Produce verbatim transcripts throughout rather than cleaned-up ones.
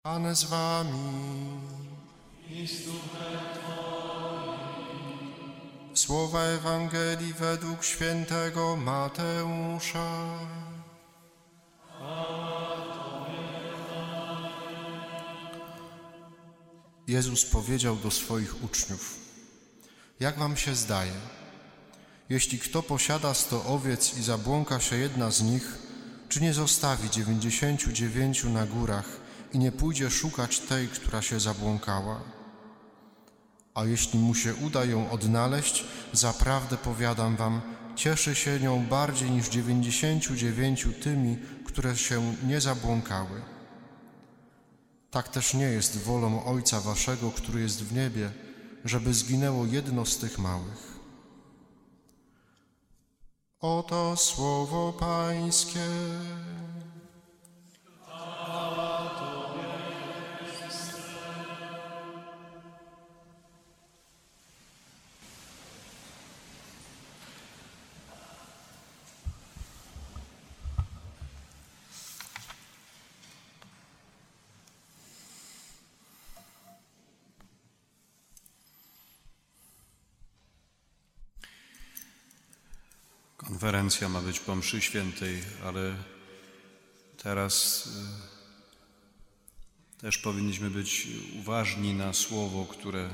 Pan z wami. Słowa Ewangelii według świętego Mateusza. Jezus powiedział do swoich uczniów: jak wam się zdaje, jeśli kto posiada sto owiec i zabłąka się jedna z nich, czy nie zostawi dziewięćdziesięciu dziewięciu na górach i nie pójdzie szukać tej, która się zabłąkała? A jeśli mu się uda ją odnaleźć, zaprawdę powiadam wam, cieszy się nią bardziej niż dziewięćdziesięciu dziewięciu tymi, które się nie zabłąkały. Tak też nie jest wolą Ojca waszego, który jest w niebie, żeby zginęło jedno z tych małych. Oto słowo Pańskie. Konferencja ma być po mszy świętej, ale teraz y, też powinniśmy być uważni na słowo, które,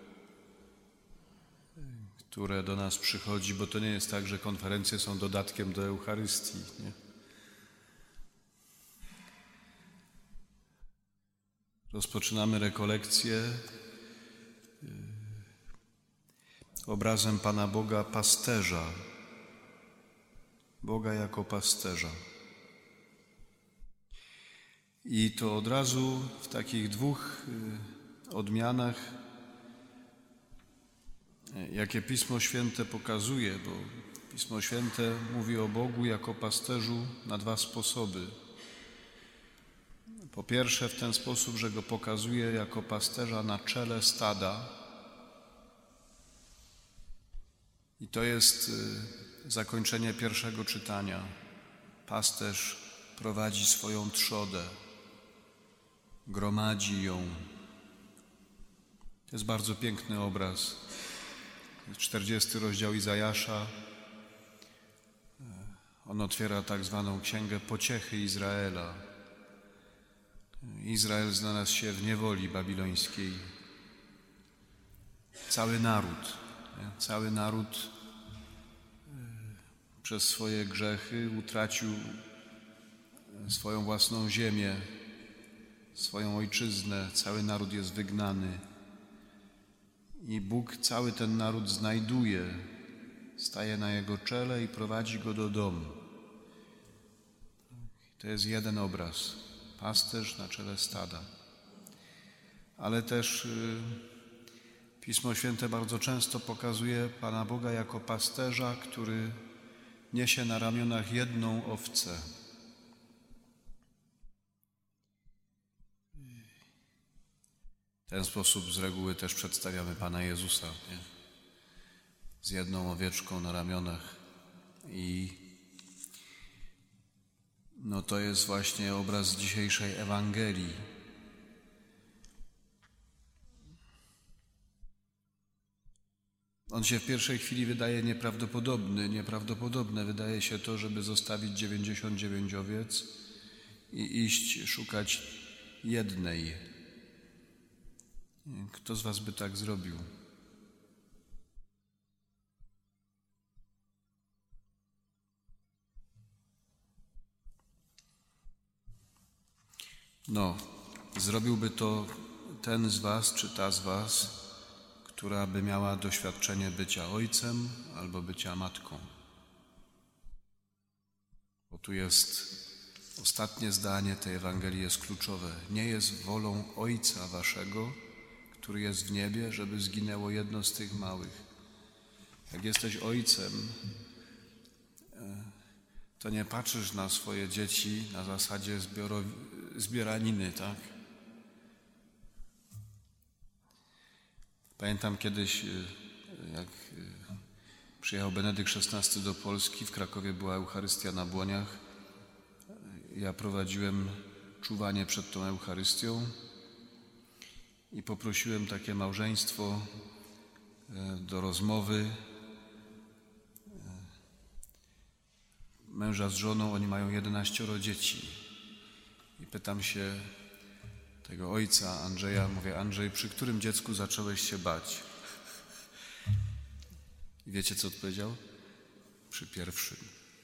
które do nas przychodzi, bo to nie jest tak, że konferencje są dodatkiem do Eucharystii. Nie? Rozpoczynamy rekolekcję y, obrazem Pana Boga pasterza, Boga jako pasterza. I to od razu w takich dwóch odmianach, jakie Pismo Święte pokazuje, bo Pismo Święte mówi o Bogu jako pasterzu na dwa sposoby. Po pierwsze w ten sposób, że Go pokazuje jako pasterza na czele stada. I to jest zakończenie pierwszego czytania. Pasterz prowadzi swoją trzodę, gromadzi ją. To jest bardzo piękny obraz. czterdziesty rozdział Izajasza. On otwiera tak zwaną księgę pociechy Izraela. Izrael znalazł się w niewoli babilońskiej. Cały naród, cały naród przez swoje grzechy utracił swoją własną ziemię, swoją ojczyznę. Cały naród jest wygnany. I Bóg cały ten naród znajduje, staje na jego czele i prowadzi go do domu. To jest jeden obraz. Pasterz na czele stada. Ale też Pismo Święte bardzo często pokazuje Pana Boga jako pasterza, który niesie na ramionach jedną owcę. W ten sposób z reguły też przedstawiamy Pana Jezusa, nie? Z jedną owieczką na ramionach. I no to jest właśnie obraz dzisiejszej Ewangelii. On się w pierwszej chwili wydaje nieprawdopodobny. Nieprawdopodobne wydaje się to, żeby zostawić dziewięćdziesiąt dziewięć owiec i iść szukać jednej. Kto z was by tak zrobił? No, zrobiłby to ten z was, czy ta z was, która by miała doświadczenie bycia ojcem albo bycia matką. Bo tu jest ostatnie zdanie tej Ewangelii jest kluczowe. Nie jest wolą Ojca waszego, który jest w niebie, żeby zginęło jedno z tych małych. Jak jesteś ojcem, to nie patrzysz na swoje dzieci na zasadzie zbiorowi- zbieraniny, tak? Pamiętam kiedyś, jak przyjechał Benedykt szesnasty do Polski, w Krakowie była Eucharystia na Błoniach. Ja prowadziłem czuwanie przed tą Eucharystią i poprosiłem takie małżeństwo do rozmowy. Męża z żoną, oni mają jedenaścioro dzieci. I pytam się tego ojca Andrzeja, mówię: Andrzej, przy którym dziecku zacząłeś się bać? I wiecie, co odpowiedział? Przy pierwszym.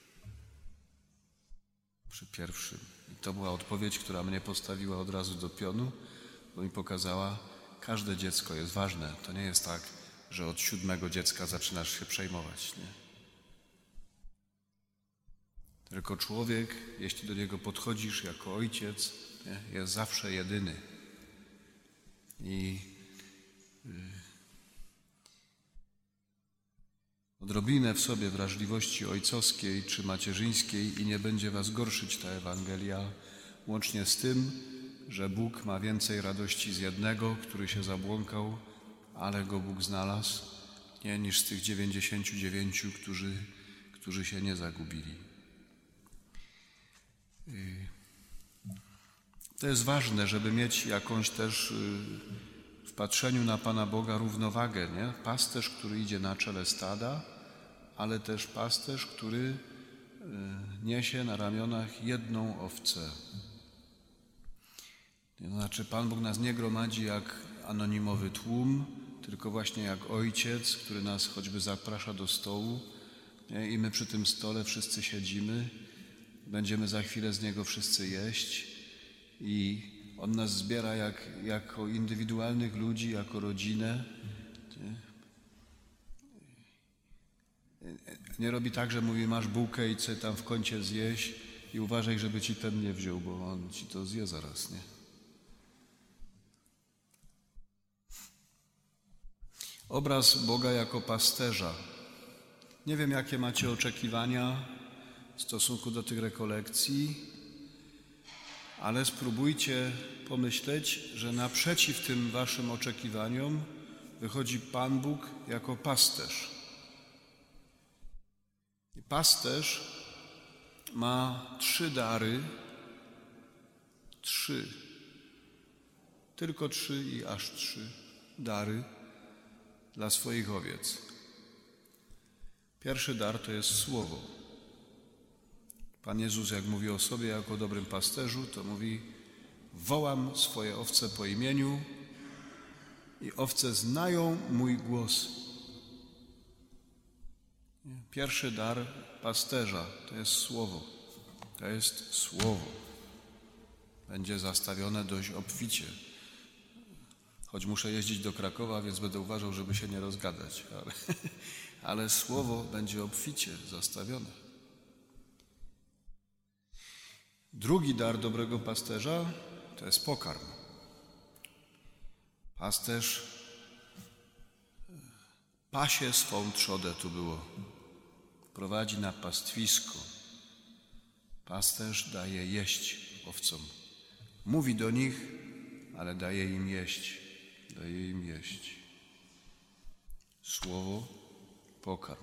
Przy pierwszym. I to była odpowiedź, która mnie postawiła od razu do pionu, bo mi pokazała, każde dziecko jest ważne. To nie jest tak, że od siódmego dziecka zaczynasz się przejmować, nie? Tylko człowiek, jeśli do niego podchodzisz jako ojciec, nie, jest zawsze jedyny. I yy, odrobinę w sobie wrażliwości ojcowskiej czy macierzyńskiej i nie będzie was gorszyć ta Ewangelia, łącznie z tym, że Bóg ma więcej radości z jednego, który się zabłąkał, ale go Bóg znalazł, nie, niż z tych dziewięćdziesięciu dziewięciu, którzy, którzy się nie zagubili. To jest ważne, żeby mieć jakąś też w patrzeniu na Pana Boga równowagę, nie? Pasterz, który idzie na czele stada, ale też pasterz, który niesie na ramionach jedną owcę. To znaczy, Pan Bóg nas nie gromadzi jak anonimowy tłum, tylko właśnie jak ojciec, który nas choćby zaprasza do stołu, nie? I my przy tym stole wszyscy siedzimy, będziemy za chwilę z niego wszyscy jeść i on nas zbiera jak, jako indywidualnych ludzi, jako rodzinę. Nie? Nie robi tak, że mówi: masz bułkę i co tam w kącie zjeść i uważaj, żeby ci ten nie wziął, bo on ci to zje zaraz, nie? Obraz Boga jako pasterza. Nie wiem, jakie macie oczekiwania w stosunku do tych rekolekcji, ale spróbujcie pomyśleć, że naprzeciw tym waszym oczekiwaniom wychodzi Pan Bóg jako pasterz. I pasterz ma trzy dary, trzy, tylko trzy i aż trzy dary dla swoich owiec. Pierwszy dar to jest słowo. Pan Jezus, jak mówi o sobie jako dobrym pasterzu, to mówi: wołam swoje owce po imieniu i owce znają mój głos. Pierwszy dar pasterza to jest słowo. To jest słowo. Będzie zastawione dość obficie. Choć muszę jeździć do Krakowa, więc będę uważał, żeby się nie rozgadać. Ale, ale słowo będzie obficie zastawione. Drugi dar dobrego pasterza to jest pokarm. Pasterz pasie swą trzodę, tu było. Prowadzi na pastwisko. Pasterz daje jeść owcom. Mówi do nich, ale daje im jeść. Daje im jeść. Słowo, pokarm.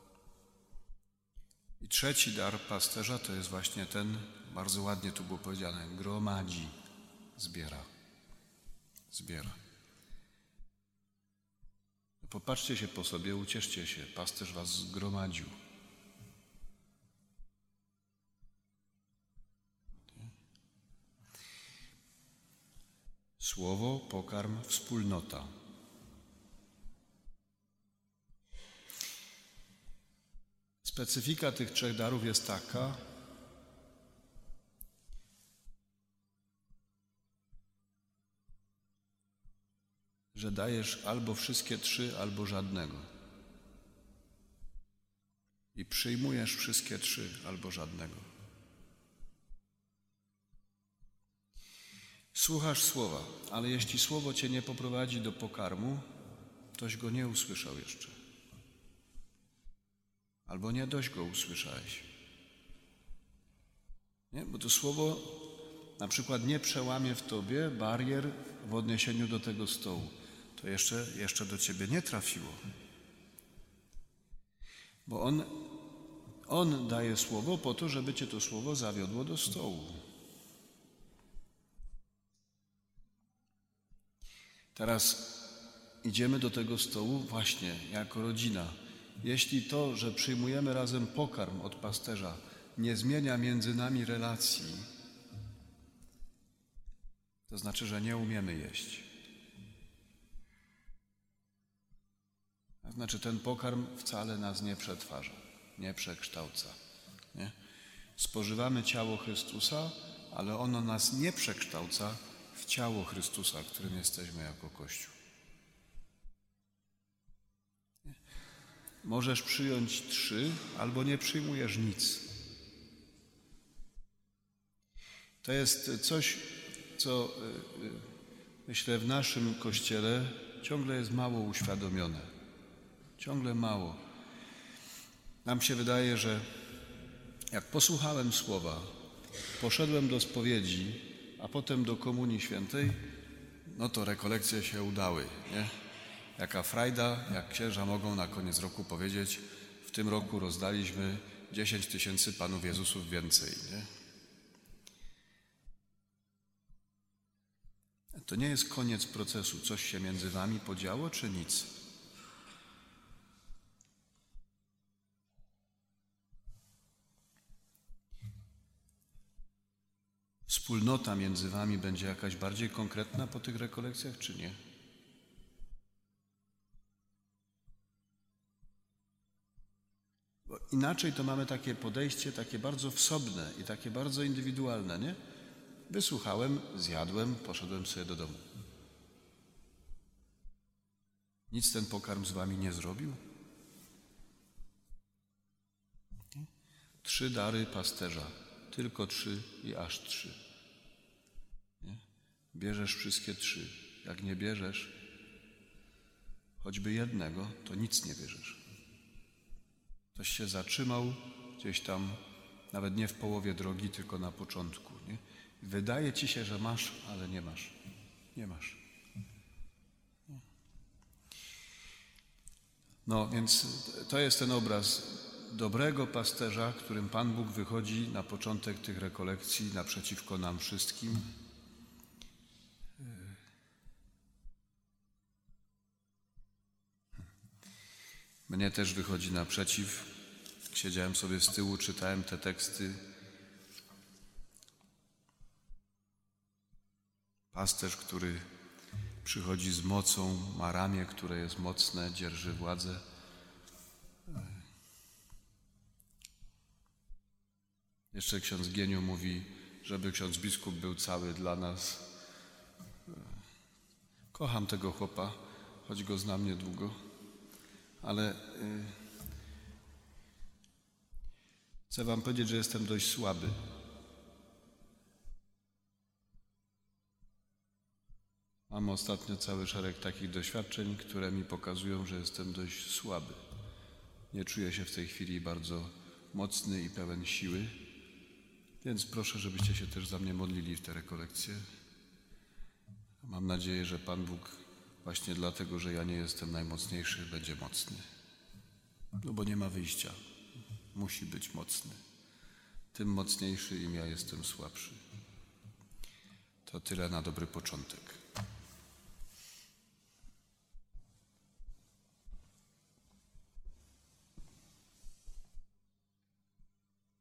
I trzeci dar pasterza to jest właśnie ten, bardzo ładnie tu było powiedziane, gromadzi, zbiera. Zbiera. Popatrzcie się po sobie, ucieszcie się, pasterz was zgromadził. Słowo, pokarm, wspólnota. Specyfika tych trzech darów jest taka, że dajesz albo wszystkie trzy, albo żadnego. I przyjmujesz wszystkie trzy, albo żadnego. Słuchasz słowa, ale jeśli słowo cię nie poprowadzi do pokarmu, toś go nie usłyszał jeszcze. Albo nie dość go usłyszałeś. Nie? Bo to słowo na przykład nie przełamie w tobie barier w odniesieniu do tego stołu. To jeszcze, jeszcze do ciebie nie trafiło. Bo on, on daje słowo po to, żeby cię to słowo zawiodło do stołu. Teraz idziemy do tego stołu właśnie jako rodzina. Jeśli to, że przyjmujemy razem pokarm od pasterza, nie zmienia między nami relacji, to znaczy, że nie umiemy jeść. To znaczy, ten pokarm wcale nas nie przetwarza, nie przekształca. Nie? Spożywamy ciało Chrystusa, ale ono nas nie przekształca w ciało Chrystusa, którym jesteśmy jako Kościół. Nie? Możesz przyjąć trzy, albo nie przyjmujesz nic. To jest coś, co myślę w naszym Kościele ciągle jest mało uświadomione. Ciągle mało. Nam się wydaje, że jak posłuchałem słowa, poszedłem do spowiedzi, a potem do Komunii Świętej, no to rekolekcje się udały, nie? Jaka frajda, jak księża mogą na koniec roku powiedzieć, w tym roku rozdaliśmy dziesięć tysięcy Panów Jezusów więcej, nie? To nie jest koniec procesu. Coś się między wami podziało, czy nic? Wspólnota między wami będzie jakaś bardziej konkretna po tych rekolekcjach, czy nie? Bo inaczej to mamy takie podejście, takie bardzo wsobne i takie bardzo indywidualne, nie? Wysłuchałem, zjadłem, poszedłem sobie do domu. Nic ten pokarm z wami nie zrobił? Trzy dary pasterza. Tylko trzy i aż trzy. Nie? Bierzesz wszystkie trzy. Jak nie bierzesz choćby jednego, to nic nie bierzesz. Ktoś się zatrzymał gdzieś tam, nawet nie w połowie drogi, tylko na początku. Nie? Wydaje ci się, że masz, ale nie masz. Nie masz. No więc to jest ten obraz dobrego pasterza, którym Pan Bóg wychodzi na początek tych rekolekcji naprzeciwko nam wszystkim. Mnie też wychodzi naprzeciw. Siedziałem sobie z tyłu, czytałem te teksty. Pasterz, który przychodzi z mocą, ma ramię, które jest mocne, dzierży władzę. Jeszcze ksiądz Gieniu mówi, żeby ksiądz biskup był cały dla nas. Kocham tego chłopa, choć go znam niedługo, ale yy, chcę wam powiedzieć, że jestem dość słaby. Mam ostatnio cały szereg takich doświadczeń, które mi pokazują, że jestem dość słaby. Nie czuję się w tej chwili bardzo mocny i pełen siły, więc proszę, żebyście się też za mnie modlili w te rekolekcje. Mam nadzieję, że Pan Bóg właśnie dlatego, że ja nie jestem najmocniejszy, będzie mocny. No bo nie ma wyjścia. Musi być mocny. Tym mocniejszy, im ja jestem słabszy. To tyle na dobry początek.